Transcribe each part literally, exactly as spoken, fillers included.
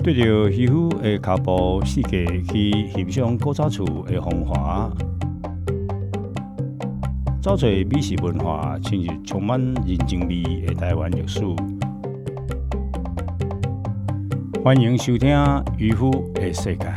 对着渔夫的脚步世界去欣赏古早厝的风华，找找美食文化，深入充满人情味的台湾历史。欢迎收听《渔夫的世界》。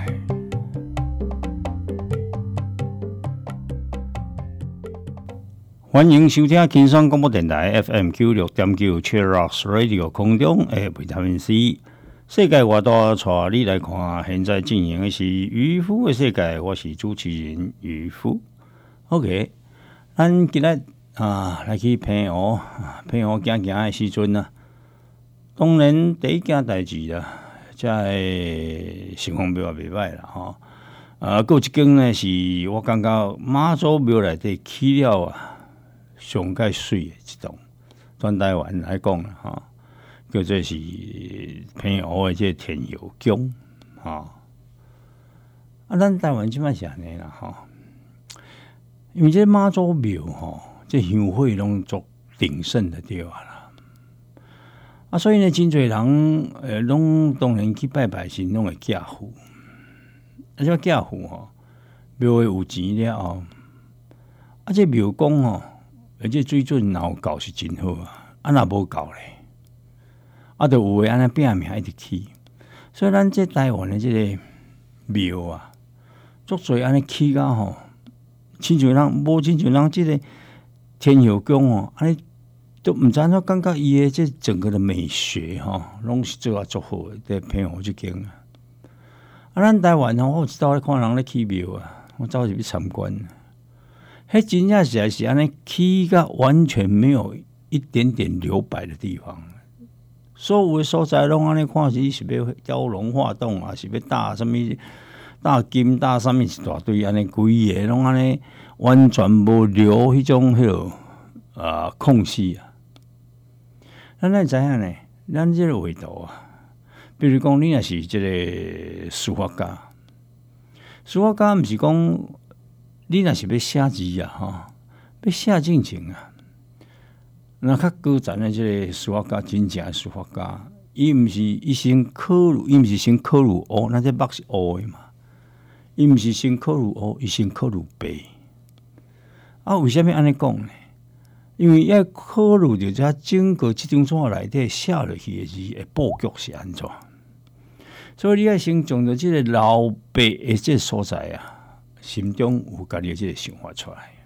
欢迎收听轻松广播电台 F M 九六点九 Cheers Radio 空中的维他命 C。世界我大带你来看，现在进行的是渔夫的世界，我是主持人渔夫。OK， 咱今日啊来去平湖，平湖行行的时阵啊，当然第一件代志啦，即个城隍庙也袂歹啦吼。啊，还有一间呢是我感觉妈祖庙内底起了啊上界水的一栋，全台湾来讲啦吼。叫做是平湖的这个天后宫，吼、啊，咱台湾即摆是安尼啦，吼，因为这妈祖庙吼，这香火拢足鼎盛的对啊啦，啊，所以呢，真侪人呃，拢当然去拜拜时，拢会寄付，啊，这寄付吼，庙会有钱了后，啊，这庙公吼，而且水准若有够是真好啊，啊，若无够咧。啊，就有诶安尼拼命一直起，所以咱这台湾诶即个庙啊，足侪安尼起甲吼，亲像人无亲像人即个天后宫哦，安尼都毋知影感觉伊诶这整个的美学吼，拢是做啊足好诶，在平湖即间啊。啊，咱台湾吼，我有一道咧看人咧起庙啊，我走入去参观，迄真正是是安尼起甲完全没有一点点留白的地方。所有的所在拢安尼看是是要雕龙画栋啊，是要搭什么搭金搭什么一大堆安尼规个拢安尼完全无留迄种迄落啊空隙啊。咱咱知影呢，咱即个画图啊，比如讲你若是即个书法家，书法家毋是讲你若是要写字啊，吼，要写正经啊。那较高层的这个书法家，真正的书法家，伊毋是伊先考虑，伊毋是先考虑乌，那这墨是乌的嘛？伊毋是先考虑乌，伊先考虑白。啊，为虾米安尼讲呢？因为要考虑着这整个这张纸内底写落去的字的布局是安怎，所以你要先从着这个老白的这个所在啊，心中有家己的这个想法出来。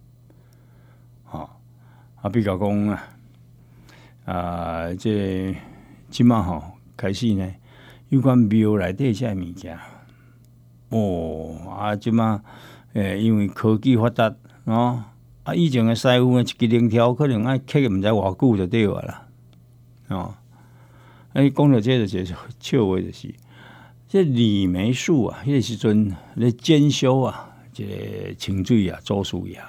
啊，比较讲啊，啊，这即马吼开始呢，有关庙内底这物件，哦，啊，即马诶，因为科技发达哦，啊，以前的师傅呢，一支链条可能爱刻毋知偌久就对啊啦，哦，哎，讲到这个就是笑话，就是这李梅树啊，迄个时阵咧检修啊，这个清水啊，祖师爷。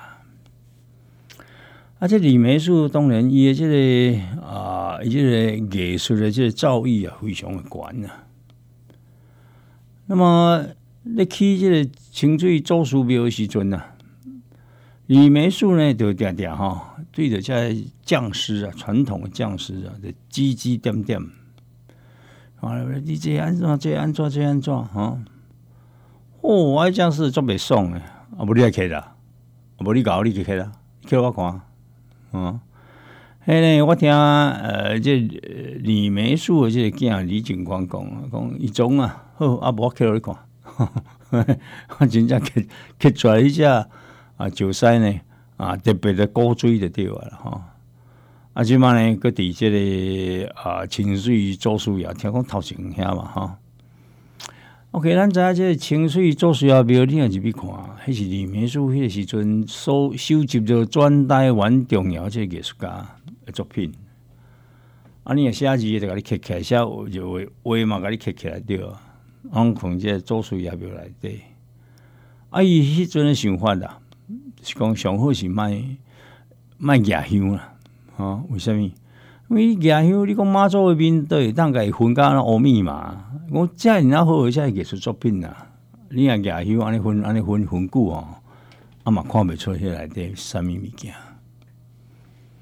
啊，这李梅树当然伊的这个啊，伊这个艺术的这个造诣啊，非常的高啊。那么，咧起这个清水祖师庙的时阵啊，李梅树呢就定定吼，对着这匠师啊，传统的匠师啊，就指指点点。啊，你这安怎？这安怎？这安怎？哈？哦，我匠师做袂爽诶，啊，无你来刻啦，啊，无你搞你去刻啦，刻我看。哦，迄呢，我听呃，这李梅树的这个囝李警官讲啊，讲伊种啊，好啊，无我刻落你看，我真正刻刻出来迄只啊，石狮呢啊，特别的古锥就对了吼。啊，即摆呢，佮伫这个啊清水祖师爷，听讲头前遐嘛吼。OK， 咱知影这个清水祖师爷庙，你若入去看，迄是李梅树迄个时阵所收集着全台湾重要这个艺术家的作品。啊，你若写字就甲你刻起来，写就画画嘛，甲你刻起来对啊。我放这祖师爷庙内底。啊，伊迄阵的想法啦，是讲上好是卖卖野香啦，吼？为什么？因为野香，你讲妈祖的面都会当甲伊分甲那乌米嘛。我遮尔那好，遮艺术作品啊！你若野香安尼分安尼分分久哦，啊嘛看袂出迄内底啥物物件。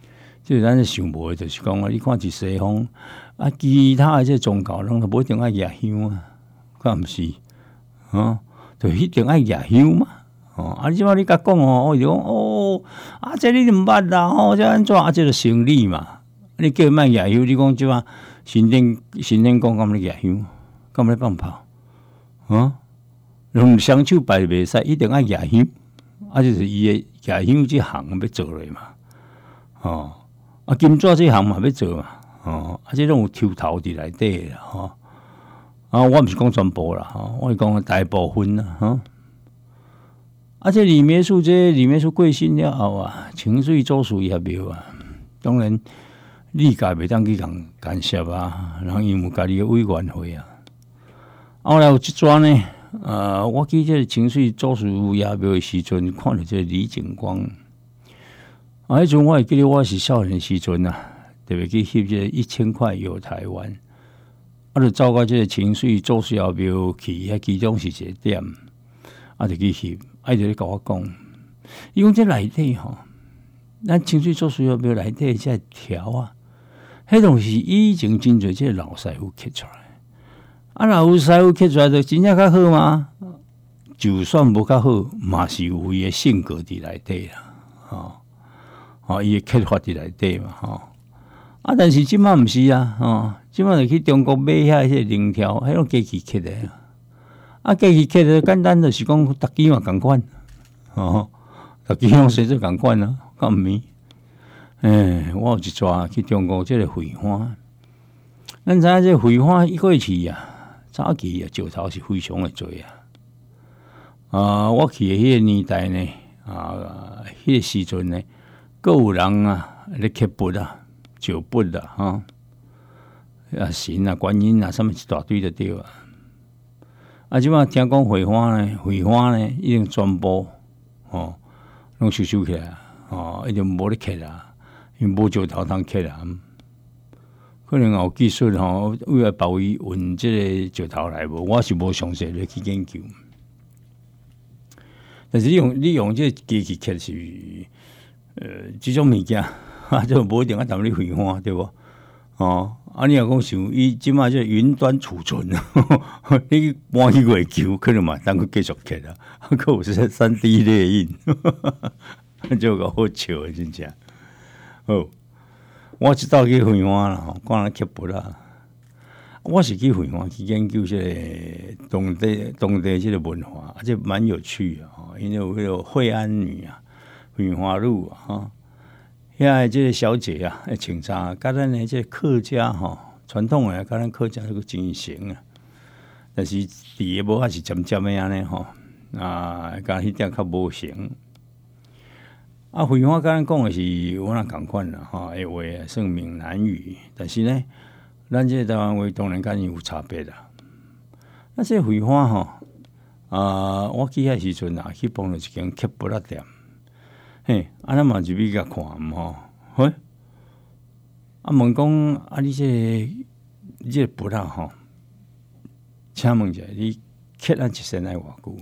即咱咧想无诶，就是讲啊，你看是西方啊，其他诶即宗教，人都无一定爱野香啊，敢毋是？哦，就一定爱野香嘛。哦，啊，你即摆你甲讲哦，我就讲哦，啊，这你毋捌啦，吼，这安怎啊？这个生理嘛，你叫伊莫野香，你讲即摆神仙神仙讲敢咧野香，敢咧放炮啊？用双手拜袂使，一定爱野香，啊，就是伊诶野香即行要做咧嘛，哦。啊，金纸这行嘛要做嘛，哦，啊，这种有抽头伫内底啦，吼、哦，啊，我毋是讲全部啦，吼，我是讲大部分啦，吼、哦。啊，这李梅树这李梅树过身了后啊，清水祖师爷庙啊，当然你家袂当去共干涉啊，然后因有家己的委员会啊。后来有一桩呢，呃，我去这清水祖师爷庙的时阵，看到这李景光。啊！迄阵我会记得我是少年时阵啊，特别去翕这一千块游台湾，啊，就走到这个清水祖师爷庙去，遐其中是一个点，啊，就去翕，啊，就咧甲我讲，伊讲这内底吼，咱清水祖师爷庙内底这条啊，迄种是以前真侪这老师傅刻出来，啊，老师傅刻出来就真正较好吗？就算无较好，嘛是有伊的性格伫内底啦，吼。哦，伊个刻法伫内底嘛，吼、哦、啊！但是即摆毋是啊，吼即摆就去中国买遐迄个灵条，迄种机器刻的啊，机器刻的简单就是讲，逐支嘛共款，哦，逐支拢生做共款啊，敢毋是？诶，我有一撮去中国即个绘画，咱知影即个绘画一过去啊，早期啊石头是非常的多啊。啊，我去的迄个年代呢，啊，迄、那个时阵呢。各有人啊，咧刻笔啊、石笔啊、哈啊神啊、观音啊，什么一大堆就对啊。啊，即摆听讲绘画呢，绘画呢，已经全部哦，拢收收起来哦，一定无咧刻啦，因无石头通刻啦。可能有技术吼，为了别位运即个石头来无，我是无详细咧去研究。但是你用你用这机器刻是。呃，即种物件，啊，就无一定啊，踮咧绘画，对无？哦，啊，你若讲像伊即马即云端储存，你搬去月球，可能嘛，当佢继续刻啦，啊，佮有说三 D 列印，就个好笑诶，真正。好，我即道去绘画啦，吼，讲咧刻笔啦。我是去绘画去研究即个当地当地即个文化，而且蛮有趣的吼，因为有迄个惠安女啊。桂花路啊，哈，遐即个小姐啊，穿衫，甲咱的即个客家吼，传统诶，甲咱客家迄个真像啊。但是伫个无还是尖尖诶安尼吼，啊，甲迄点较无像。啊，桂花甲咱讲诶是有那共款啦，吼，诶话算闽南语，但是呢，咱即个台湾话当然甲伊有差别啦。那这桂花吼，啊，我去遐时阵啊，去碰到一间刻笔仔店。嘿，啊，咱嘛入去甲看吼，嘿，啊问讲啊，你这个、你这个笔仔吼，请问一下，你刻咱一身爱偌久？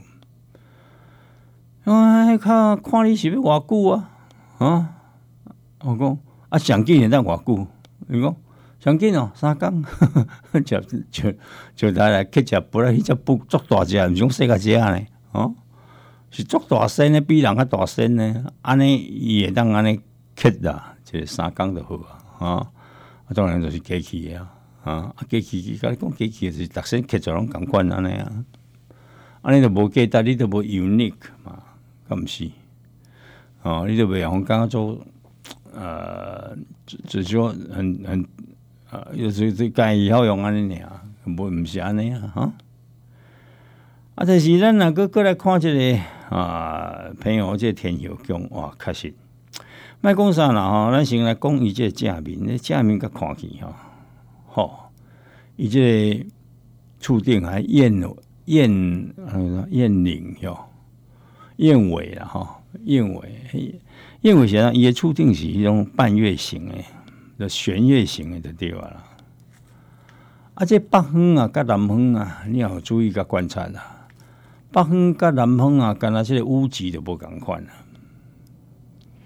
啊，看看你是要偌久啊？啊，我讲啊，上紧咱偌久？伊讲上紧哦，三工，就就就来来刻只笔仔，迄只笔足大只，毋是讲细个只呢，哦。是足大身的，比人较大身呢。安尼伊会当安尼刻啦，即三工就好啊。啊，当然就是机器啊。啊，机器甲你讲机器是逐身刻就拢共款安尼啊。安尼就无价值，你就无 unique 嘛，敢毋是？哦，你就袂用讲做呃，就是说很很啊，有时这介以后用安尼尔，无毋是安尼啊，哈。啊，但是咱若个过来看即个啊，朋友即个天后宫哇，确实，莫讲啥啦吼，咱先来讲伊即个正面，咧正面甲看起吼，吼，伊即个厝顶还燕燕呃燕岭哟，燕尾啦吼，燕尾燕尾是啥？伊个厝顶是迄种半月形诶，就弦月形诶，就对啦。啊，这北方啊，甲南方啊，你要注意甲观察啦。北方甲南方啊，敢若即个屋脊就无共款啦。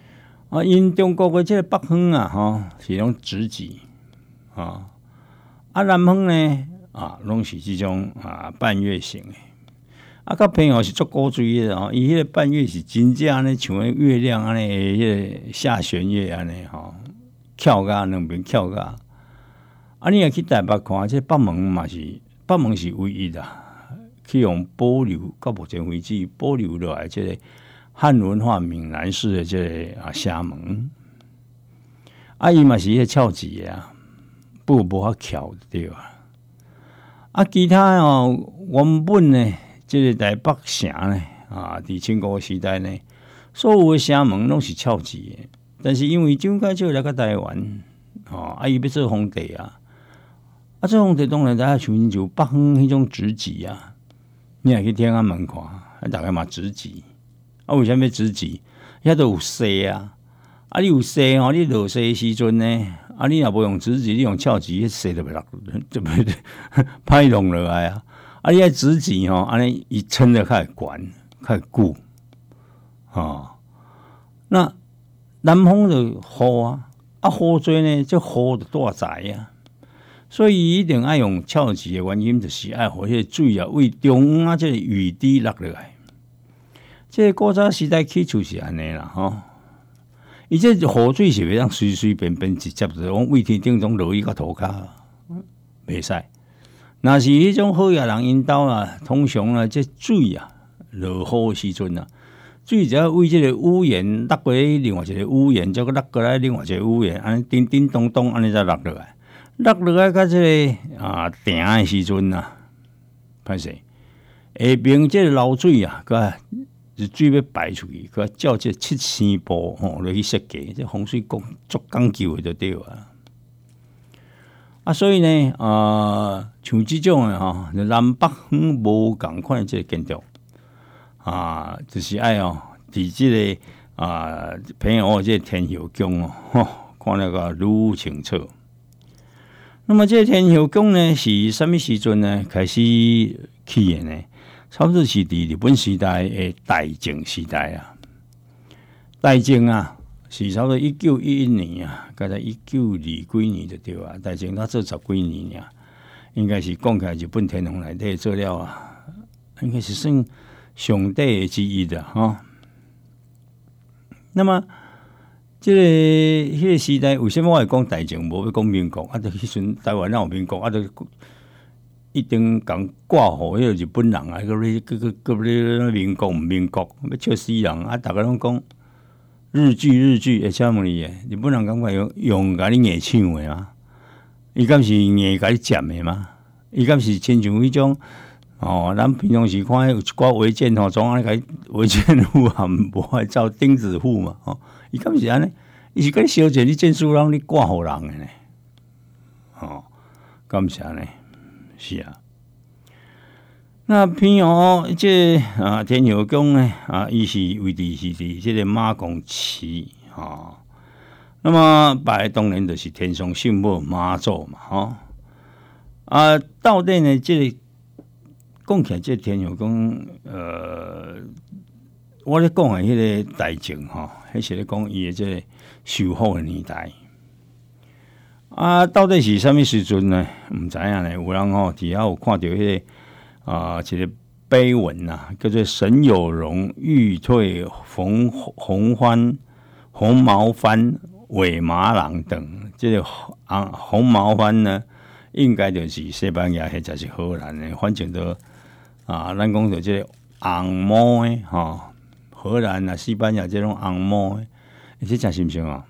啊，因中国的这个北方啊，吼是种直级啊，啊南方呢啊，拢是这种啊半月形的。啊，甲朋友是足古锥的吼，伊迄个半月是真正安尼，像个月亮安尼，迄个下弦月安尼吼，翘甲两边翘甲。啊，你若去台北看，这北门嘛是北门是唯一的，去用保留到目前为止保留落来这个汉文化闽南式的这个啊厦门。啊，伊嘛是迄个翘字啊，不过无法翘对啊。啊，其他哦原本呢。这个台北城呢，啊，伫清国时代呢，所有的城门拢是翘字的，但是因为蒋介石来到台湾，哦，啊，伊要做皇帝啊，啊，做皇帝当然大家像就北方迄种直字啊，你若去天安门看，啊，大概嘛直字，啊，为啥要直字？遐都有西啊，啊，你有西吼，你落西时阵呢，啊，你若无用直字，你用翘字，迄西就袂落，就袂歹弄落来啊。啊！你爱直字吼，安尼伊撑得较悬，较久，哦。那南方就雨啊，啊雨多呢，这雨就大在啊。所以一定爱用翘字的原因，就是爱互迄个水啊，为中央啊，这个雨滴落落来。这个古早时代起厝是安尼啦，吼。伊这雨水是袂当随随便便直接就往胃天顶中落去到涂骹，袂使。若是迄种好野人因兜啊，通常啊，这水啊落雨时阵啊，水只要为这个屋檐落过来，另外一个屋檐，再个落过来另外一个屋檐，安尼叮叮咚咚，安尼才落落来，落落来到这个啊顶的时阵啊，歹势下边这个漏水啊，个水要排出去，个照这七星步吼落去设计，这风水工足讲究的就对啊。啊，所以呢，啊、呃，像这种的吼，南北方无共款这个建筑啊，就是爱哦，伫这个啊，朋友这个天后宫哦，吼，看那个愈清楚。那么这个天后宫呢，是什么时阵呢开始起的呢？差不多是伫日本时代的大正时代啊，大正啊。是差不多一九一一年啊，加在一九二几年就对啊，大正他做十几年啊，应该是讲起来日本天皇内底做了啊，应该是算上帝之一的哈、哦。那么这个迄、那个时代，为什么我会讲大正，无要讲民国？啊，就迄阵台湾哪有民国？啊，就一定讲挂号，迄个日本人啊，个个个个个民国唔民国，要笑死人啊！大家拢讲。日剧日剧会啥物嘢？日本人感觉用用甲你硬抢的吗？伊敢是硬甲你占的吗？伊敢是亲像迄种哦？咱平常时看有一寡违建吼，总安尼甲你违建户含无爱照钉子户嘛？哦，伊敢是安尼？伊是甲你小姐你建筑让你挂互人的呢？哦，敢是安尼？是啊。那偏哦，这啊天后宫呢啊，伊是位置是伫这个马公市啊。那么拜当然就是天上圣母妈祖嘛，哈啊，到底呢这个讲起来，这个天后宫呃，我咧讲的迄个大正哈，迄是咧讲伊的这个修复的年代啊，到底是啥物时阵呢？唔知影呢，有人吼底下有看到迄、个。啊，这个碑文呐、啊，叫做沈有容欲退红红帆、红毛帆、尾马郎等。这个红红毛帆呢，应该就是西班牙或者是荷兰的，反正都啊，咱讲就这个红毛的哈，荷兰啊、西班牙这种红毛的，你这真信不信啊？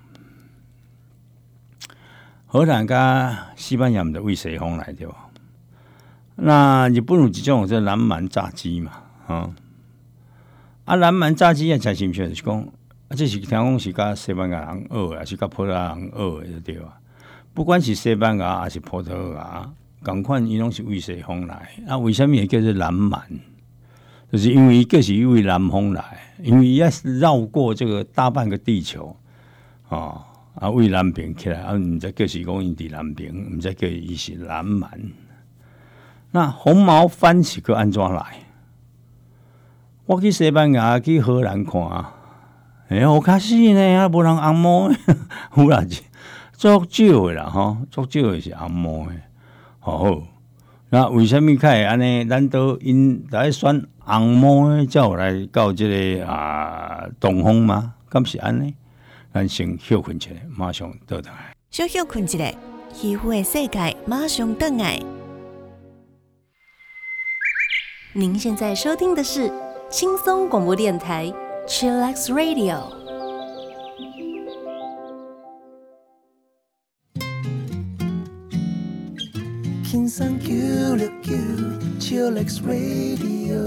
荷兰甲西班牙毋是为西方来对吧？那日本有一种叫南蛮炸鸡嘛，啊，啊南蛮炸鸡啊，才是毋是就是讲，啊，这是听讲是甲西班牙人学的，还是甲葡萄牙人学的，对吧？不管是西班牙还是葡萄牙，同款伊拢是为西方来。啊，为什么会叫做南蛮？就是因为伊个是为南方来，因为伊要绕过这个大半个地球，啊啊，为南边起来，啊，毋知叫是讲因伫南边，毋知叫伊是南蛮。那红毛番是个安怎来？我去西班牙、去荷兰看啊， 哎、欸，好卡死呢，啊，无人红毛的，有啦，足少的啦，吼，足少的是红毛的，好好。那为什么会安尼？咱都因来选红毛的，才有来到这个啊东风吗？敢是安尼？咱先休困一下，马上倒转来。 小休困一下，渔夫的世界马上倒来。您现在收听的是轻松广播电台 Chillax Radio。 轻松九六九 Chillax Radio。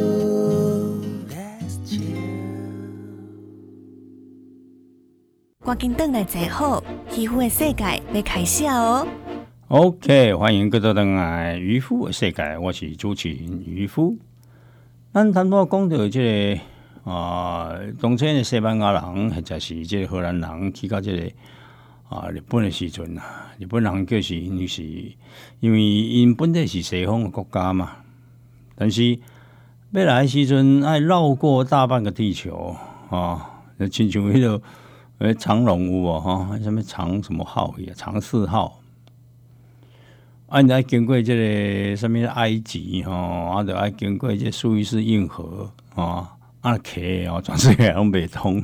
赶紧倒来坐好，渔夫的世界要开始哦。 OK， 欢迎各位登来渔夫的世界，我是主持人渔夫。咱谈到讲到这个啊，当初的西班牙人或者是这个荷兰人去到这个啊日本的时阵啊，日本人就是因是因为因本地是西方的国家嘛，但是要来的时阵爱绕过大半个地球啊，就亲像迄个。诶，长荣有无吼？什么长什么号呀？长四号。啊，你爱经过这个什么埃及吼，啊，就爱经过这苏伊士运河啊，啊，骑哦，全世界拢袂通，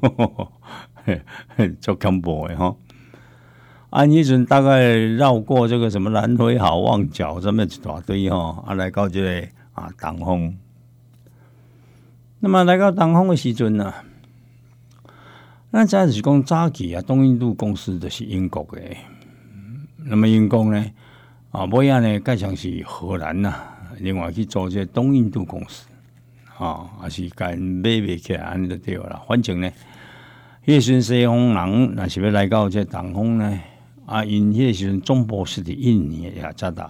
足恐怖的吼。啊，迄阵大概绕过这个什么南回好望角，这么一大堆吼，啊，来到这个啊东风。那么来到东风的时阵呢？咱知就是讲早期啊，东印度公司就是英国的，那么英国呢，啊，尾仔呢，改成是荷兰呐、啊，另外去做这东印度公司，啊，还是甲买卖起来安尼就对啦。反正呢，迄时阵西方人若是要来到这东方呢，啊，因迄时阵总部是伫印尼的雅加达。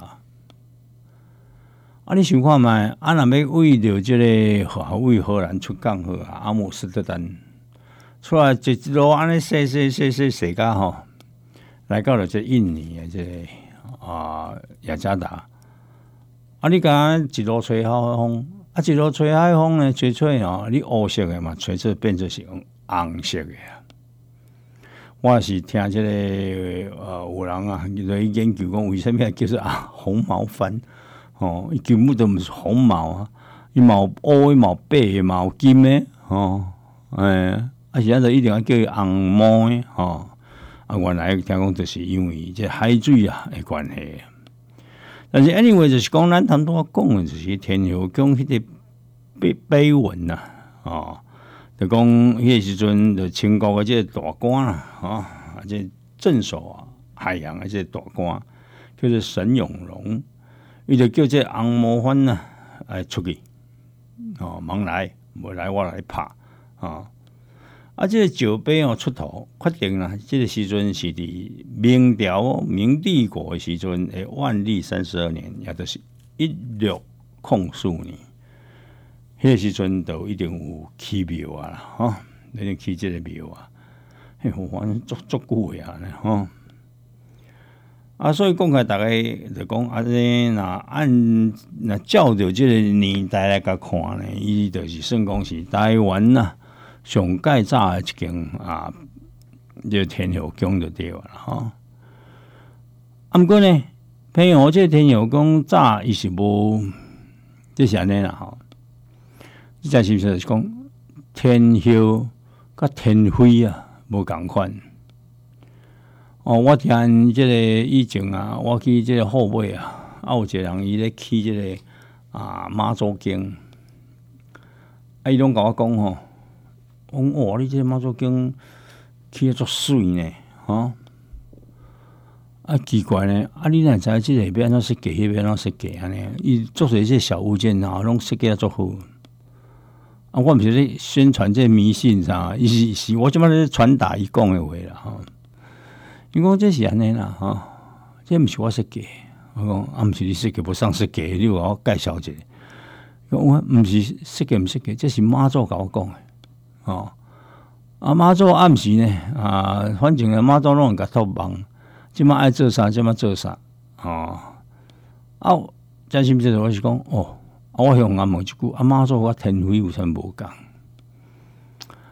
啊，你想看卖，啊，若要为着这个为荷兰出港好啊，阿姆斯特丹。出来就一路安尼踅踅踅踅踅到吼，来到了这印尼的这个啊雅加达。啊，你甲一路吹海风，啊一路吹海风呢，吹吹哦，你乌色的嘛，吹出变做是红色的啊。我是听这个呃有人啊，在研究讲为什么叫做啊红毛番哦，伊根本都毋是红毛啊，伊毛乌的毛白的毛金的哦，诶。啊，现在就一定要叫伊红毛的吼，啊，原来听讲就是因为这海水啊的关系。但是 anyway 就是讲咱谈多讲的就是天后宫迄个碑碑文呐，哦，就讲迄个时阵就清国的这个大官啦，哦，这镇守啊海洋的这个大官叫做沈永荣，伊就叫这红毛番呐来出去，哦，忙来，无来我来拍啊。啊，这个酒杯哦出头，确定啦。这个时阵是伫明朝明帝国的时阵，诶，万历三十二年，也就是一六零四年。迄个时阵就一定有起庙啊啦，吼，一定起这个庙啊。嘿，反正足足久的啊，吼。啊，所以讲起大概就讲啊，这若按若照着这个年代来甲看呢，伊就是算讲是台湾呐。上盖早的一间啊，这个天后宫就对了哈。啊，不过呢，朋友，这个天后宫早伊是无，这是安尼啦哈。这才是不是讲天后甲天妃啊，无共款。哦，我听这个以前啊，我去这个后尾啊，啊有一个人伊咧去这个啊妈祖宫，啊伊拢甲我讲吼。讲哇！你这妈祖经起得足水呢，吼！啊奇怪呢，啊你哪知即个要安怎设计，迄边安怎设计安尼？伊做出这小物件啊，拢设计得足好。啊，我毋是咧宣传这迷信啥，伊是是我即摆咧传达伊讲的话啦，吼。伊讲这是安尼啦，吼，这毋是我设计。我讲啊，毋是你设计，无上设计，你有甲我介绍者。我毋是设计，毋设计，这是妈祖甲我讲的。哦，啊妈祖暗时呢啊，反正啊妈祖拢甲托梦，即马爱做啥，即马做啥，哦，啊，真心这我是讲哦，啊我向阿问一句，啊妈祖甲天妃有啥无共？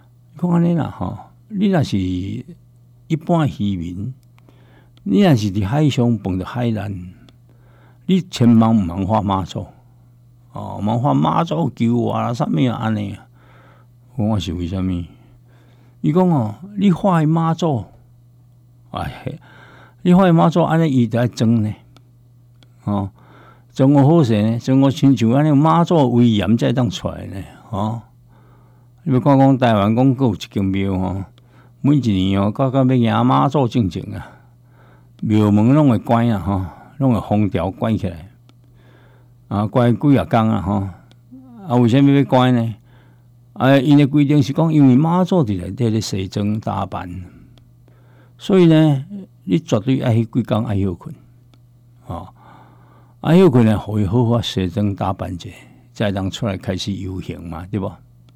讲安尼啦吼，你若是一般渔民，你若是伫海上碰着海难，你千万毋通画妈祖哦，毋通画妈祖救我啦，啥物啊安尼啊？我是为虾米？伊讲哦，你画的妈祖，哎，你画的妈祖安尼伊在装呢，哦，装个好势呢，装个亲像安尼妈祖威严才当出来呢，哦。你要讲讲台湾讲阁有一间庙吼，每一年哦，到到要迎妈祖进前啊，庙门拢会关啊吼，拢会封条关起来，啊关几啊工啊吼，啊为虾米要关呢？啊，因的规定是讲，因为妈祖伫内底咧西装打扮，所以呢，你绝对爱迄几工爱休困，哦，爱休困呢，互伊好好西装打扮者，才当出来开始游行嘛，对无？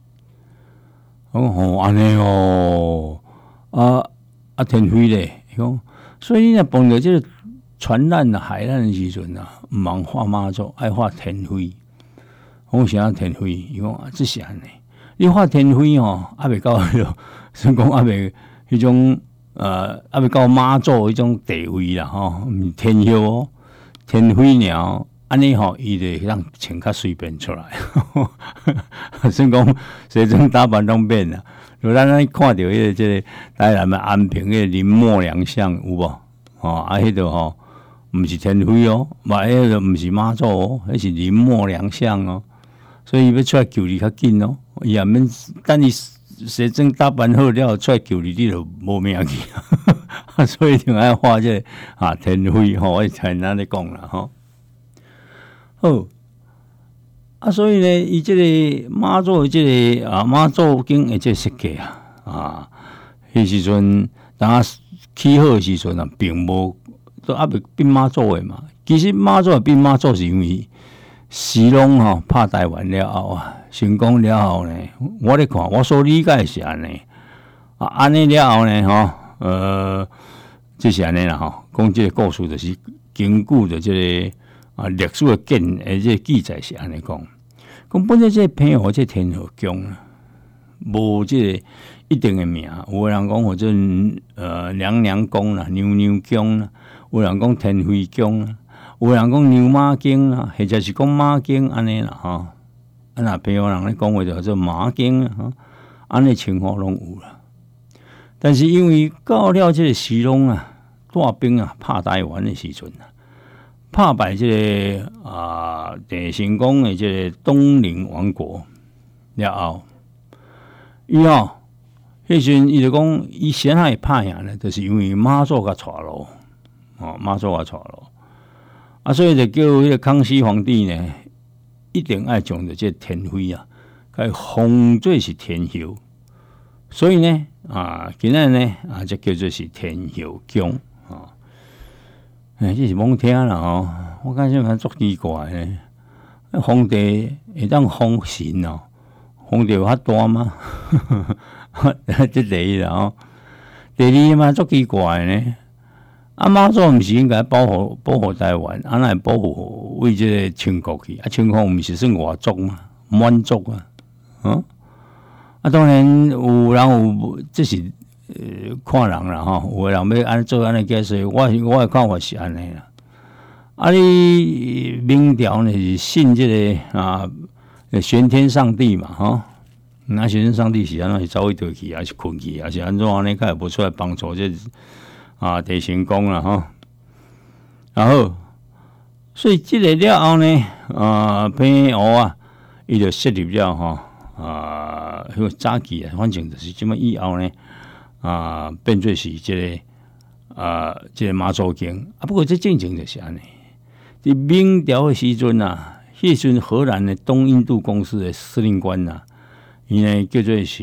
哦，安尼哦，啊啊天灰咧，讲，所以你若碰到这个船难啊、海难的时阵啊，毋通画妈祖，爱画天灰。我想天灰，伊讲啊，这是安尼。你画天灰哦，还未到迄个，所以讲还未迄种呃，还未到妈祖迄种地位啦吼，毋是天后哦，天灰鸟。安尼吼，伊就让穿较随便出来，所以讲西装打扮拢变啦。就咱咱看到迄个即个台南的安平迄个林默娘像有无？哦，啊，迄个吼，毋是天妃哦，嘛，迄个毋是妈祖哦，迄是林默娘像哦。所以伊要出来救你较紧哦，伊也免等你西装打扮好了出来救你，你就无命去。所以一定爱画这个啊天妃吼，我才安尼讲啦吼。好啊，所以呢，伊即个妈祖的即个啊妈祖经的即个设计啊，啊，迄时阵当起好的时阵啊，并无都还未变妈祖的嘛。其实妈祖变妈祖是因为西隆吼拍台湾了后啊，成功了后呢，我咧看我所理解是安尼啊，安尼了后呢，吼，呃，就是安尼啦吼，讲即个故事就是根据着即个。啊，历史的记诶，这记载是安尼讲，讲本身这偏河这天河宫啊，无这个一定的名。有人讲或者呃娘娘宫啦、娘娘宫啦，有人讲天妃宫啦，有人讲牛马经啦，或者是讲马经安尼啦吼。啊，那偏河人咧讲话就叫做马经啦吼，安尼情况拢有啦。但是因为到了这个时隆啊，带兵啊，拍台湾的时阵啊。拍败这个啊，郑成功的这个东宁王国了后，伊吼，迄阵伊就讲，伊先还会拍赢咧，就是因为妈祖甲带路，哦，妈祖甲带路，啊，所以就叫迄个康熙皇帝呢，一定爱将着这天妃啊，该封做是天后，所以呢，啊，今仔呢啊，就叫做是天后宫啊。哎，这是罔听啦吼！我感觉蛮足奇怪诶。皇帝会当封神哦，皇帝有遐大吗？这第一啦吼。第二嘛，足奇怪呢。啊，妈祖毋是应该保护保护台湾，啊，来保护为这个清国去？啊，清国毋是算外族嘛，满族啊，嗯。啊，当然有人有，这是。呃，看人啦吼，有个人要安做安尼解释，我我的看法是安尼啦。啊，你明朝呢是信这个啊玄天上帝嘛吼，那玄天上帝是安怎是走去倒去，还是困去，还是安怎安尼，他也无出来帮助这啊地成功啦吼。然后，所以这个了后呢，啊偏湖啊，伊就设立了吼啊，迄个早期啊，反正就是这么以后呢。啊，变做是这个啊，这个妈祖经啊。不过这正经就是安尼。伫明朝的时阵啊，迄时阵荷兰的东印度公司的司令官啊，伊呢叫做是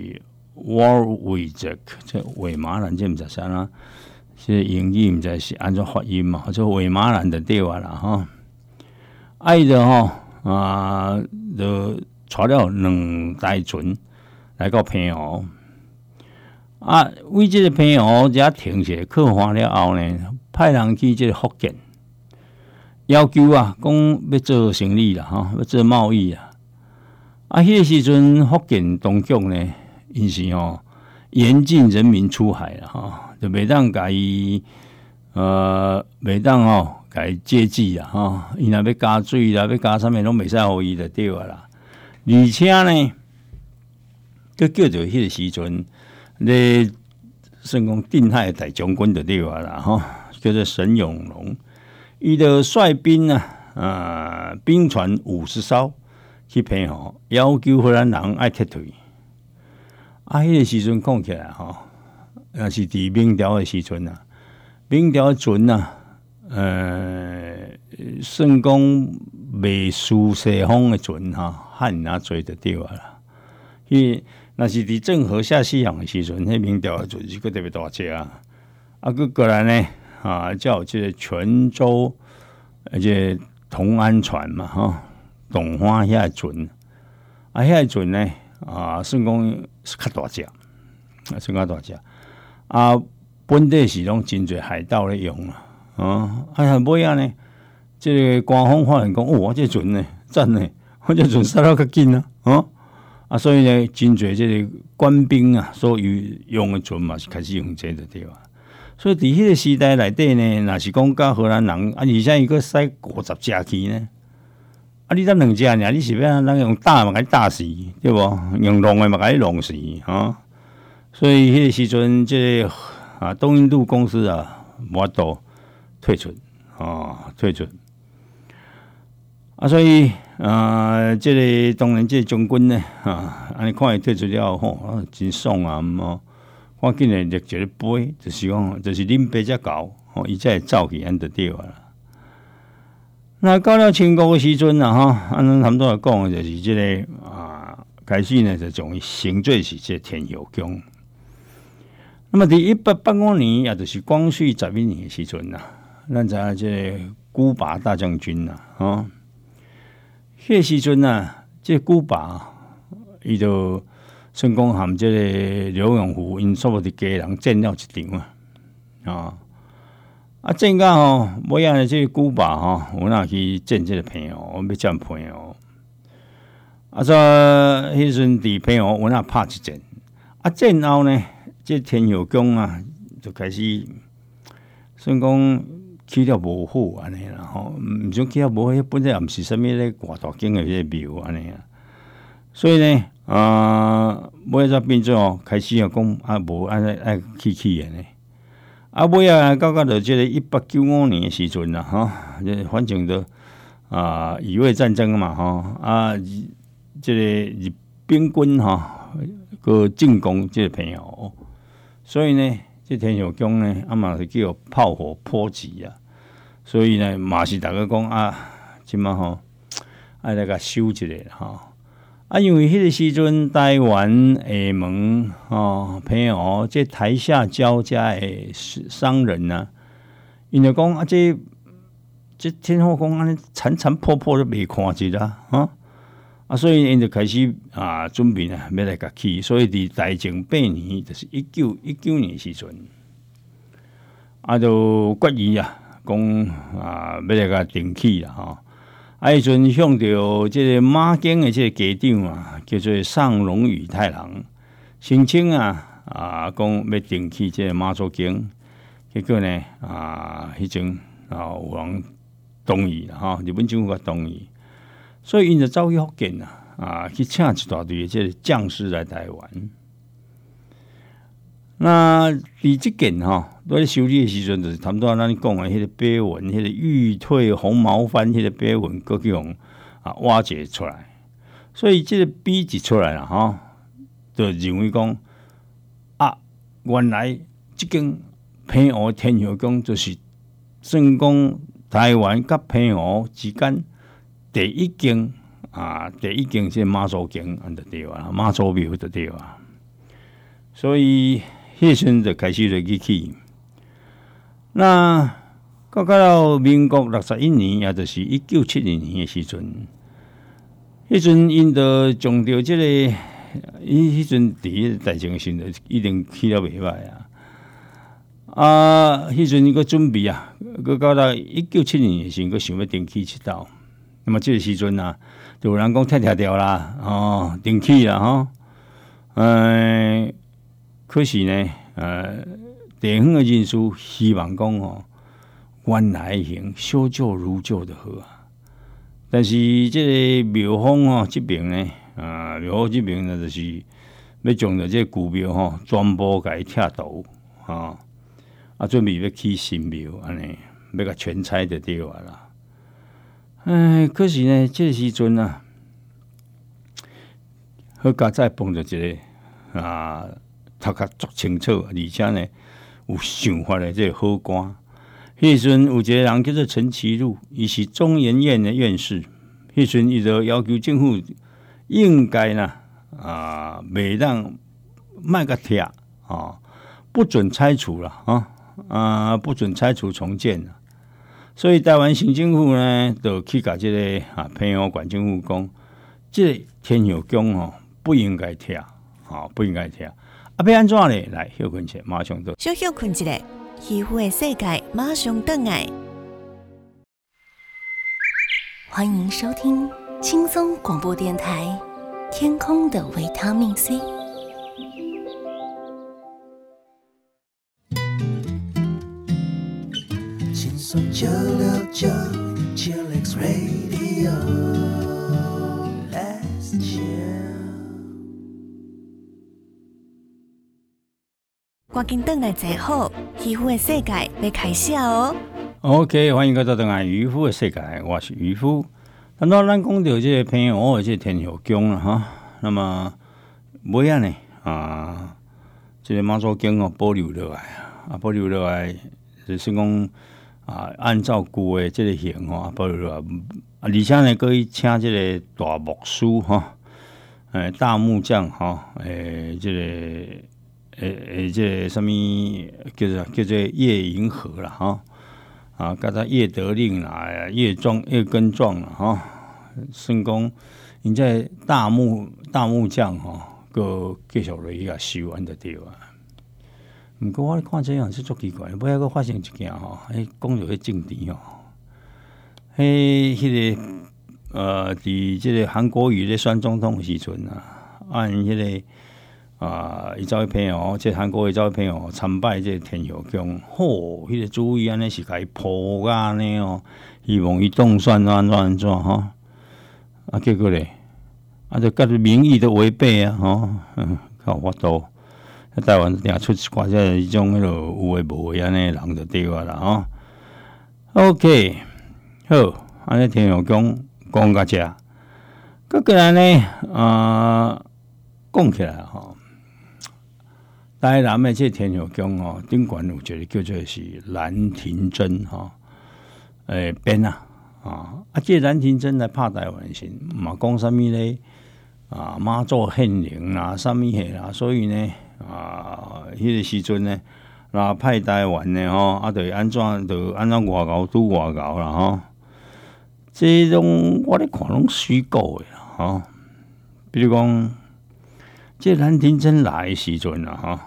Warwick， 这韦马兰，这毋知啥啦。这英语毋知是安怎发音嘛？这韦马兰的对话啦哈。爱的吼啊，就带了两台船来到平湖。啊，为这个平湖遮停下靠岸了后呢，派人去这个福建，要求啊，讲要做生意啦，哈，要做贸易啊。啊，迄个时阵福建当局呢， 因是吼严禁人民出海啦吼，就袂当甲伊呃袂当吼甲伊接济啦吼，伊若要加水啦，要加啥物拢袂使互伊就对啊啦。而且呢，佮叫做迄个时阵，咧算讲定海大将军就对啊啦吼，叫做沈永龙，伊就率兵啊，啊兵船五十艘去骗吼，要求荷兰人爱撤退。啊，迄个时阵讲起来吼，也是伫明朝的时阵啊，明朝船啊，呃，算讲未输西方的船哈，汉哪做就对啊啦。迄若是伫郑和下西洋的时阵，迄明朝的船是个特别大只啊。啊，佮过来呢，啊，叫有即个泉州，而且同安船嘛，吼，洞花遐个船，啊，遐个船呢，啊，算讲是较大只，啊，算较大只，啊，本地是拢真侪海盗咧用啊，啊，啊，尾仔呢，即、這个官方发现讲，哦，我这船呢，赞呢，我这船杀了较紧啊，啊，啊，所以呢，真侪即个官兵啊，所用的船嘛，是开始用这个对吧？所以伫迄个时代内底呢，若是讲甲荷兰人，啊，而且伊个使五十只去呢，啊，你得两只尔，你是要咱用打嘛，甲你打死，对无？用弄的嘛，甲你弄死啊！所以迄个时阵，即、這個、啊东印度公司啊，无法度退出啊，退出啊，所以啊，即、這個当然，即個将军呢，啊，安尼看伊退出了吼、啊，真爽啊！毋我紧来立一个碑，就是讲，就是恁爸才搞，吼，伊才会走去安就对啊啦。那到了清国的时阵啊，哈，按咱他们都来讲的就是即、這個啊，开始呢就将伊升做是即天后宫。那么伫一八八五年，也就是光绪十一年的时阵呐，咱知影即个古巴大将军呐，吼，迄个时阵呐，即個古巴伊就。算讲含即个刘永福因所有的家人战了一场啊，啊，啊战到吼，尾仔即个古巴吼，有哪去战即个平湖，要占平湖，啊，所以迄阵伫平湖有哪拍一战，啊战后呢，即、這個、天后宫啊就开始算讲起了无好安尼啦，吼，毋想起了无好，本来也毋是啥物咧大大间的迄个庙安尼啊，所以呢。啊，尾仔变做哦，开始啊讲啊，无安尼爱起起的呢。啊，尾仔到到着即个一八九五年的时阵啦，吼，反正都啊，乙未战争嘛，吼啊，即个日兵军吼，个进攻即个平湖，所以呢，即天后宫呢，啊嘛是叫炮火波及啊，所以呢，嘛是大家讲啊，即马吼，爱来甲收一下吼。啊，因为迄个时阵，台湾、厦门、哦、平湖，这台下交加的商人啊，因就讲啊，这这天后宫安尼残残破破都未看一啦，啊啊，所以因就开始啊准备啊要来甲起，所以伫大正八年，就是一九一九年时阵，啊就决议啊，讲啊要来甲定起啦，吼。啊！迄阵向着即个马经的即个家长啊，叫做上荣宇太郎申请啊啊，讲要定起即个妈祖经，结果呢啊，迄阵啊有人同意啦，吼，日本政府同意，所以因就走去福建啊，啊去请一大堆的即个将士来台湾。那伫即件吼，在咧修理的时阵，就是差不多咱讲的迄个碑文，迄、那个玉退红毛幡，迄个碑文，各种啊挖掘出来。所以这个笔一出来了吼，就认为讲啊，原来即间平湖天后宫就是算讲台湾甲平湖之间第一间啊，第一间是妈祖经，安就对啊，妈祖庙就对啊，所以。迄时阵就开始就去起，那到到民国六十一年，也就是一九七二年的时阵，迄阵因着将着即、這個，伊迄阵伫大正时就已经起了袂歹啊。啊，迄阵伊个准備啊，佮到到一九七二年的時候，佮想要定起一道。那麼即個時陣啊，就有人講拆拆掉啦，哦，定起啦，吼、 呃，可是呢，呃，地方的人士希望讲哦，原来的形修旧如旧的好啊。但是这个庙方哦这边呢，啊，庙方这边呢就是要将着这古庙吼全部给拆倒啊，啊，准备要起新庙安尼，要甲全拆就对啊啦。哎，可是呢，这个时阵啊，好佳再碰着一个啊，头壳足清楚，而且呢有想法的这个好官。迄时阵有一个人叫做陈其禄，伊是中研院的院士。迄时阵伊就要求政府应该呢啊，袂当卖个拆啊，不准拆除了啊啊，不准拆除重建了。所以台湾新政府呢，就去甲这个啊平湖县政府讲，这个天后宫哦不应该拆啊，不应该拆。啊，要安怎呢？来休困一下，马上到。 小休困一下，渔夫的世界马上回来。欢迎收听轻松广播电台《天空的维他命 C》。 轻松九六九 Chillax Radio Let's chill 赶紧回来坐好，渔夫的世界要开始哦。 OK， 欢迎各位回来渔夫的世界，我是渔夫。当然，咱讲到这个平湖的这个天后宫了哈，那么尾啊呢啊，这个妈祖宫哦保留落来啊，保留落来就是讲啊，按照旧的这个形吼保留落来啊，而且呢，可以请这个大木师哈，诶，大木匠哈，诶，这个诶诶，这个什么叫做叫做叶银河啦哈。啊，甲他叶德令啦、叶壮、叶根壮啦，哈，算讲因这大木大木匠吼，个继续落去甲修安就对啊。毋过我看这样是足奇怪，尾仔个发生一件吼，迄讲到迄政治吼，迄迄个呃，伫即个韩国瑜咧选总统时阵啊，按迄个。啊！伊走去平湖，即韩国伊走去平湖参拜即天后宫，吼，迄、那个主意安尼是甲伊铺安尼哦，希望伊当选安怎安怎吼，啊，结果咧，啊，就甲民意都违背啊，吼，嗯，较有法度。台湾定出一寡即迄种迄落有诶无诶安尼人就对啊啦，吼。OK， 好，安尼天后宫讲到遮，搁过来呢，啊，讲起来吼。台南的这天后宫哦，顶悬有一个叫做是兰亭真哈，诶编啊啊啊！这兰亭真来拍台湾时，嘛讲啥物咧啊？妈祖显灵啦，啥物嘿啦，所以呢啊，迄、那个时阵呢，那派台湾呢吼，啊，就安怎就安怎外交拄外交啦吼。这种我咧看拢虚构的啦吼，比如讲，这兰亭真来的时阵啦吼。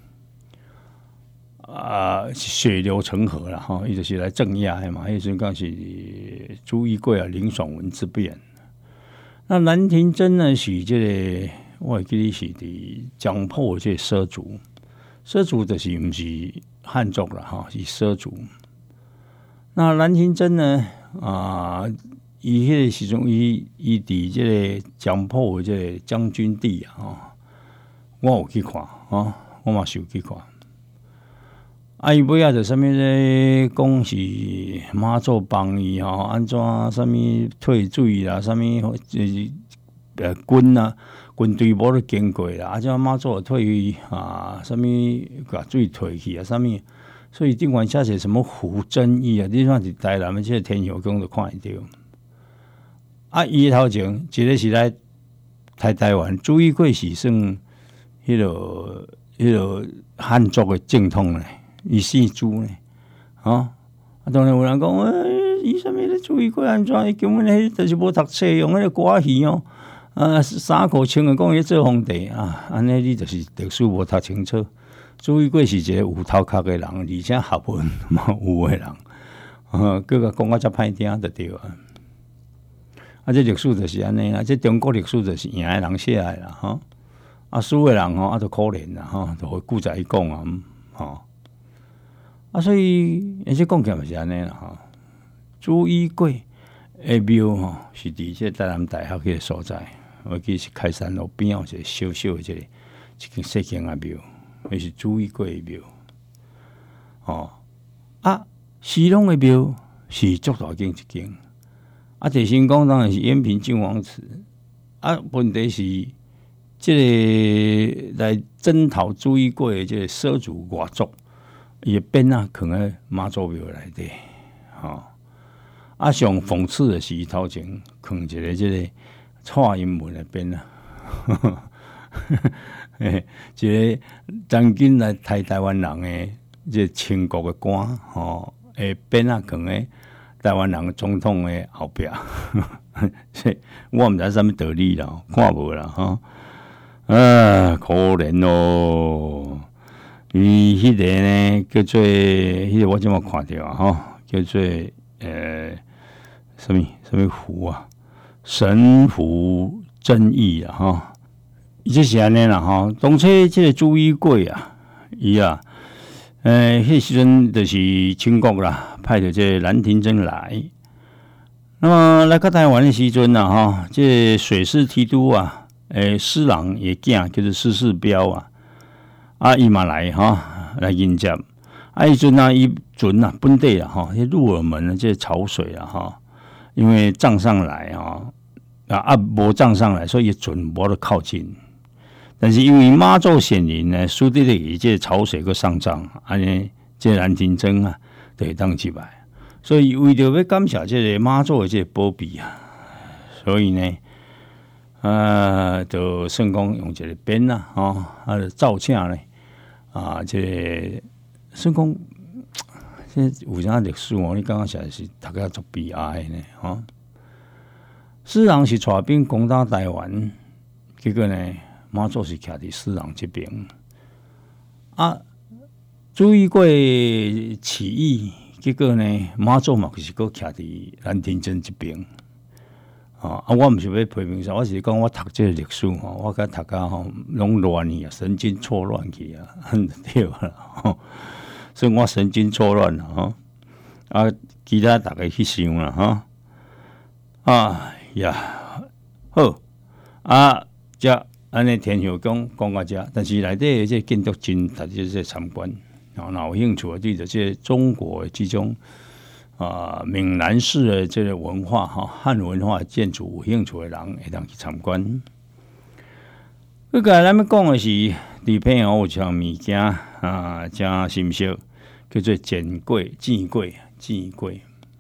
啊，血流成河了哈，伊就是来镇压的嘛。迄阵讲是朱一贵啊、林爽文之变。那兰亭真呢是这个，我会记得是伫江浦这畲族，畲族就是毋是汉族啦哈，是畲族。那兰亭真呢啊，伊迄个时阵，伊伊伫这个江浦的这个将军地啊，我有去看啊，我嘛是有去看。啊！伊尾仔就啥物咧，讲是妈祖帮伊吼，安怎啥物退水啦，啥物呃军啊，军队无咧经过啦，啊，即妈祖退去啊，啥物甲水退去啊，啥物，所以顶管写些什么胡真义啊，你看是台南的即个天后宫就看会到。啊，伊头前一个是来台台湾，朱一贵是算迄落迄落汉族的正统咧。伊姓朱呢，啊！啊，当然有人讲，诶，伊啥物咧注意过安怎？伊根本咧就是无读册，用迄个歌戏哦，啊，衫裤穿个讲伊做皇帝啊，安尼你就是历史无读清楚。朱一贵是一个有头壳的人，而且学问嘛有的人，啊，佮个讲啊遮歹听就对啊。啊，这历史就是安尼啦，这中国历史就是赢的人写的啦，吼。 啊，输的人吼啊，都可怜啦吼，都会顾在伊讲啊，吼啊，所以而且讲起来是安尼啦吼。朱一贵的庙吼是伫这台南大学迄个所在，我记是开山路边有一个小小的一个一间小间啊庙，那是朱一贵的庙。哦啊，西隆的庙是足大间一间，啊，第三讲当然是延平郡王祠，啊，问题是这个来征讨朱一贵的这个奢族外族，伊变啊藏在妈祖庙内底，吼。啊，上讽刺的是，伊头前藏一个即个蔡英文的边啊，一个曾经来台台湾人的即个清国的官吼，诶边啊藏在台湾人总统的后壁，我毋知啥物道理啦，看无啦吼，啊可怜咯，伊迄个呢叫做迄、那个我怎么看到啊吼，叫做诶。什么什么符啊？神符正义啊！哈，伊这是安尼啦哈。当初这个朱一贵啊，伊啊，诶、呃，迄时阵就是清国啦，派着这个蓝廷珍来。那么来到台湾的时阵啊，哈，这水师提督啊，诶、呃，施琅也囝叫做施世标啊，啊，伊嘛来哈来迎接。啊，伊阵啊，伊阵啊，本地啊，哈，迄鹿耳门啊，这潮水啊，哈。因为涨上来啊，啊啊无涨上来，所以准无得靠近。但是因为妈祖显灵呢，输得了这潮水个上涨，安尼这蓝廷珍啊，就会当击败。所以为着要感谢这个妈祖的这个保庇啊，所以呢，呃，就算讲用这个鞭啊，哦，啊，造请呢，啊，这个算讲。这有啥历史哦？你刚刚实在是读个足悲哀呢，吼！施琅是带兵攻打台湾，结果呢，妈祖是徛伫施琅这边。啊，朱一贵起义，结果呢，妈祖嘛是搁徛伫蓝廷珍这边。啊，我毋是要批评啥，我是讲我读这个历史吼，我甲读甲吼拢乱去啊，神经错乱去啊，对啦，吼。所以我神经错乱了哈，啊，其他大家去想了哈，啊呀，好啊，这安尼天后宫讲到这，但是内底这建筑真值得这参观，然后有兴趣的对着这中国这种啊闽南式的这个文化哈汉文化建筑有兴趣的人会当去参观。这个咱们讲的是伫片哦有项物件啊，真新鲜，叫做剪粿、煎粿、煎粿。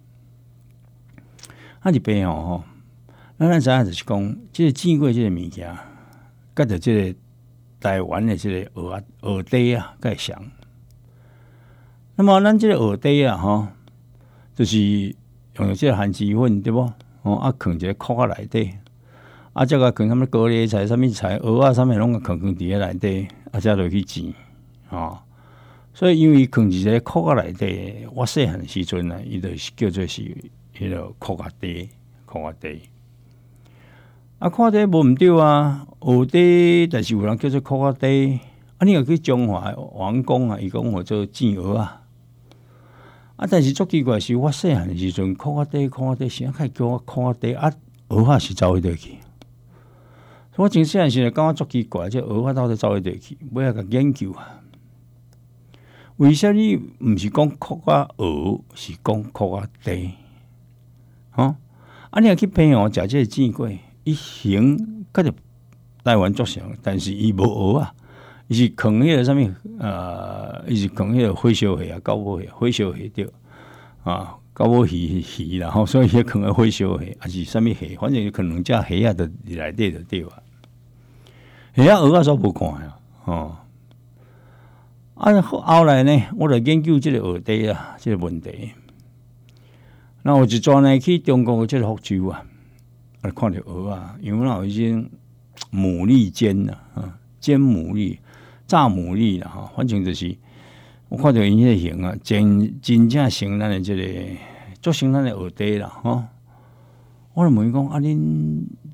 啊，伫片哦吼，咱咱知影就是讲，即个煎粿即个物件，甲着即个台湾的即个蚵仔蚵底啊，较像。那么咱即个蚵底啊，吼，就是用即个番薯粉对无？哦，啊，放一个壳仔内底。啊，这个放什么高丽菜、什么菜、蚵仔什么拢个放放伫咧内底，啊，再落去煎，哦。所以因为放一个壳仔内底，我细汉时阵啊，伊就是叫做是迄个壳仔底，壳仔底。啊，壳仔底无毋对啊，蚵底，但是有人叫做壳仔底。啊，你若去中华王宫啊，伊讲我做煎蚵啊。啊，但是足奇怪是，我细汉时阵壳仔底、壳仔底，谁还叫我壳仔底啊？蚵仔是走迄块去。我真细汉时阵感觉足奇怪，这蚵仔到底走迄块去？尾仔甲研究啊，为啥你毋是讲壳仔蚵，是讲壳仔底？吼、哦，啊，你若去平湖食这个煎粿，伊形甲着台湾足像，但是伊无蚵啊，伊是放迄个啥物呃，伊是放迄个火烧蟹啊，狗母蟹、火烧蟹对啊。狗母鱼鱼啦，吼，所以迄可能火烧蟹，还是啥物蟹，反正可能只蟹啊，就内底就对啊。蟹啊，蚵仔所无看啊，吼。啊，后来呢，我来研究即个蚵底啊，即、這个问题。那有一转呢去中国即个福州啊，啊看到蚵啊，因为那有一种牡蛎煎呐，啊，煎牡蛎、炸牡蛎啦，哈，反正就是。我看到因迄个形啊，真真正像咱的即、這个，足像咱的蚵底啦，吼、哦！我就问伊讲，啊，恁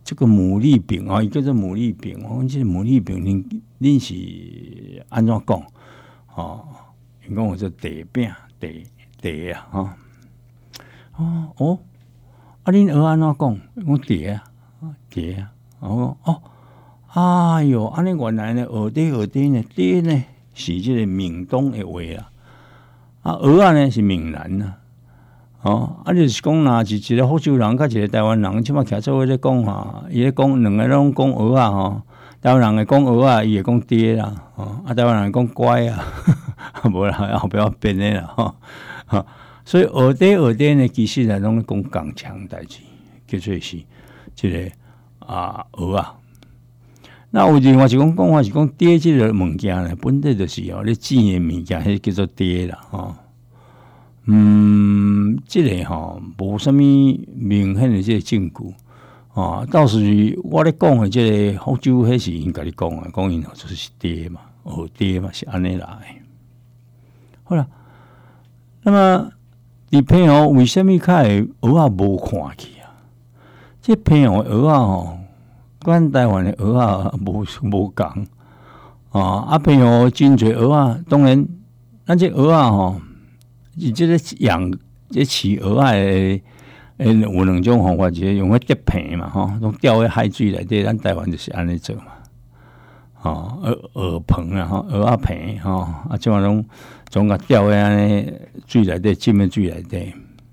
这个牡蛎饼啊，伊叫做牡蛎饼。我讲这牡蛎饼，恁恁是安怎讲？哦，因讲我做茶饼、茶茶啊，哈、哦，哦哦，啊，恁蚵安怎讲？我茶啊，茶啊，我讲哦，哎哟，安尼原来呢，蚵底蚵底呢，底呢是这个闽东的话啦，啊，蚵啊呢是闽南呐。哦，啊，就是讲若是一个福州人，甲一个台湾人，即马徛做伙咧讲哈，伊咧讲两个拢讲蚵啊吼，台湾人会讲蚵啊，伊会讲爹啦，哦，啊，台湾人讲乖啊，无啦，后壁要变诶啦，吼、哦，所以蚵底蚵底呢，其實係拢講共腔代志，叫做是即個啊蚵啊。那有另外一種講法是講爹即個物件呢，本地就是哦，你煮嘅物件，迄叫做爹啦，吼、哦。嗯，即、這個吼無啥物明顯的即個證據哦。倒是我咧講的即個福州，迄是因家己講的，講因就是爹嘛，蚵爹嘛是安尼來的。好啦，那麼伫澎湖為什麼較會蚵仔無看去啊？即澎湖蚵仔吼，阮台灣的蚵仔無無共啊。啊，澎湖真濟蚵仔，當然咱即蚵仔吼。伊即個養即飼蚵仔誒，誒有兩種方法，就是用迄竹片嘛，吼，用釣喺海水內底，咱台灣就是安尼做嘛，吼，蚵蚵棚啊，吼，蚵仔片，吼，啊，即馬攏總甲釣喺安尼水內底，浸喺水內底。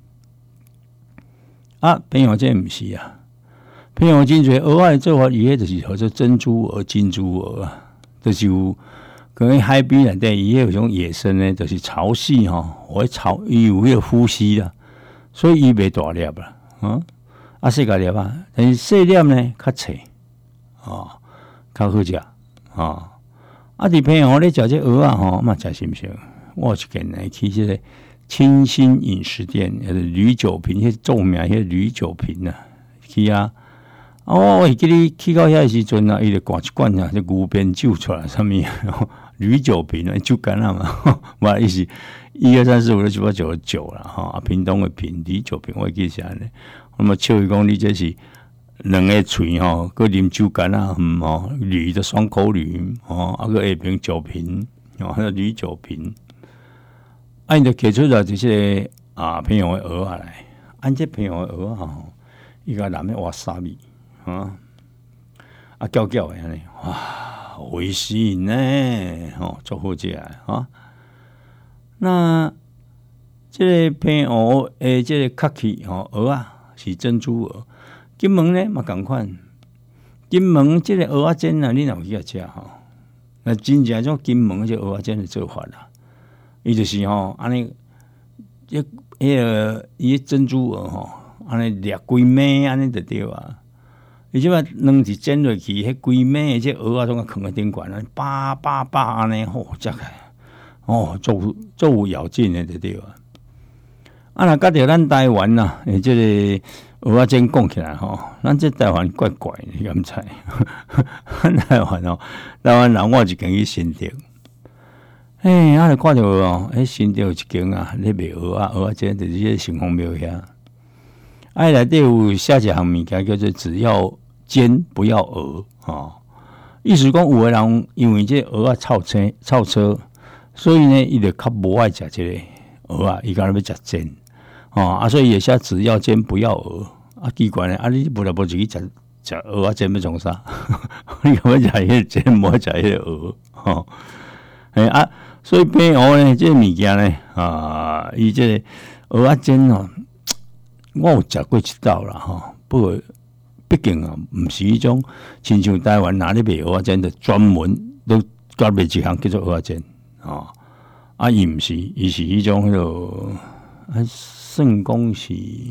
啊，澎湖這毋是啊，澎湖真濟蚵仔做法，伊迄就是叫做珍珠蚵、金珠蚵啊，就是有。跟海邊內底，伊有種野生呢，就是潮汐吼，會潮，伊有迄個呼吸啦，所以伊袂大粒啦，啊，啊細個粒啊，但是細粒呢較脆，哦，較好食，哦，啊伫澎湖咧食這蚵仔吼，嘛食心性，我有一間呢去即個清新飲食店，迄個呂九平，迄著名迄個呂九平啊，去啊。啊，我會記你去到遐時陣啊，伊就掛一罐啊，即牛鞭酒出來，啥物呂九平啊，酒干啊嘛，嘛伊是一二三四五六七八九九啦，吼啊，屏東的屏呂九平，我記是安尼。那麼笑伊講你這是兩個喙吼，佮啉酒干啊，嗯吼，呂的雙口呂，吼啊個下平九平，哦，迄個呂九平，啊，伊就摕出來就是啊，澎湖的蚵仔來，按這澎湖的蚵仔吼，伊個南面挖沙米。啊，啊，叫叫的安尼，哇，美味死人呢，吼，足好食的哈。那这个澎湖诶，这个客气吼蚵仔是珍珠蚵，金門呢嘛共款。金門这个蚵仔煎啊，你若有去遐食吼，那真正种金門这蚵仔煎的做法啦，伊就是吼安尼，这迄个伊珍珠蚵吼，安尼掠规暝安尼就对啊。伊即摆卵是煎落去，迄规暝即蚵仔总啊囥喺頂管，安叭叭叭安尼，好食起，哦，做做有咬勁的就對啊。啊，若甲着咱台灣呐，誒，即個蚵仔煎講起來吼，咱即台灣怪怪的，你敢知？咱台灣哦，台灣人我有一間去新竹，誒，啊，就看到哦，喺新竹有一間啊，咧賣蚵仔，蚵仔煎就是迄個城隍廟遐，啊，內底有寫一項物件叫做只要煎不要蚵哦，意思講有個人因為這蚵仔臭車臭車，所以呢，伊就較無愛食這個蚵仔，伊講要食煎哦，啊，所以也寫只要煎不要蚵啊，奇怪呢，啊，你無來無就去食食蚵仔煎要創啥？你講要食迄個煎，無愛食迄個蚵哦，誒啊，所以澎湖呢，這個物件呢啊，伊這個蚵仔煎哦，我有食過一道啦吼，不過。畢竟啊，唔是迄種，親像台灣哪裡賣蚵仔煎，就專門都搞賣一項叫做蚵仔煎哦。啊，伊唔是，伊是迄種迄個，啊，算講是，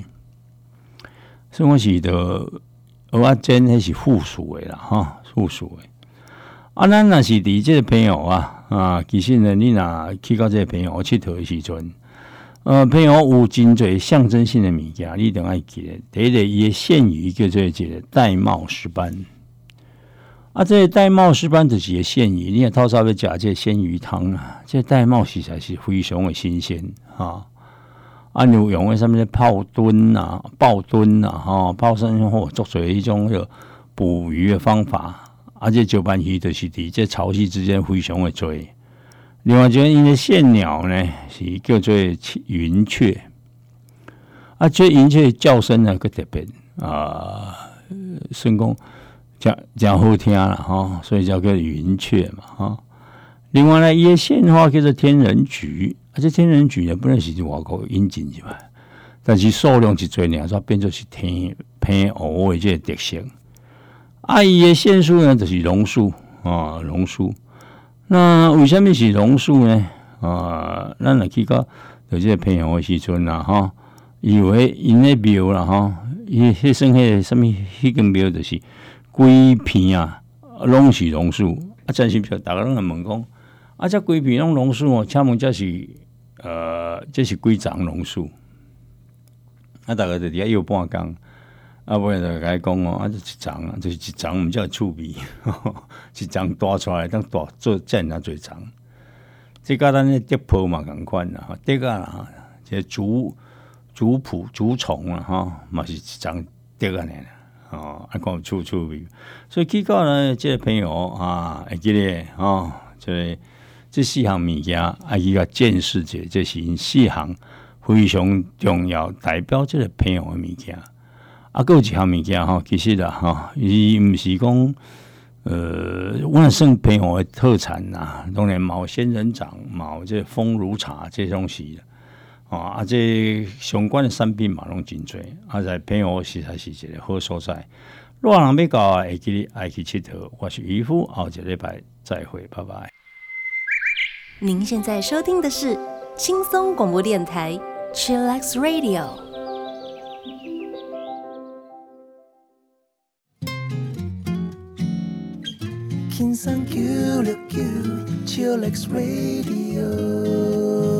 算講是的蚵仔煎，迄是附屬的啦，哈，附屬的。啊，咱若是佇即個澎湖啊，啊，其實呢，你若去到即個澎湖佚佗的時陣。呃，澎湖有真侪象徵性的物件，你一定愛記得。第一個，伊個縣語叫做一個玳瑁石斑。啊，這個玳瑁石斑就是個縣語，你若透早要食這個鮮魚湯啊，這個玳瑁實在是非常的新鮮哈。啊，你有用個什麼泡燉啊、爆燉啊、哈、泡生火做做迄種個捕鱼的方法，而且石斑鱼就是伫这潮汐之间非常的多。另外一种因的线鸟呢，是叫做云雀。啊，这云雀叫声呢，个特别啊，算讲讲讲好听啦哈，所以叫做云雀嘛哈。另外呢，伊的线花叫做天人菊，啊，这天人菊呢，本来是外国引进去嘛，但是数量是最呢，所以变做是偏偏乌的这个特性。啊，伊的线树呢，就是榕树啊，榕树。那为什么是榕树呢？啊，咱来去到就这个偏乌的时阵啦哈。以为因那庙啦哈，伊迄算迄个什么？迄间庙就是规片啊，拢是榕树。啊，真是票，大家拢来问讲，啊，这规片拢榕树哦，请问这是呃，这是几丛榕树？啊，大家就伫遐摇半工，啊，尾就甲伊讲哦，啊，这一丛啊，就是一丛，毋叫趣味，一丛大出来，当大做真啊，最丛。这甲咱咧竹坡嘛共款啦，哈，竹啊啦，这竹。竹蒲、竹虫啊，哈，嘛是一丛竹安尼啦，哦，啊，讲趣趣味。所以去到呢，这个朋友啊，会记得哦，这这四项物件，啊，伊个见识者，这是因四项非常重要，代表这个朋友的物件。啊，还有一项物件哈，其实啦，哈，伊毋是讲，呃，我算朋友的特产呐，当然毛仙人掌、毛这风如茶这东西。啊！这相关的产品嘛，拢真多。啊，在偏湖实在是一个好所在。如果人要到啊，会记爱去佚佗。我是渔夫，后一个礼拜再会，拜拜。 您现在收听的是轻松广播电台 Chillax Radio。 轻松九六九 Chillax Radio。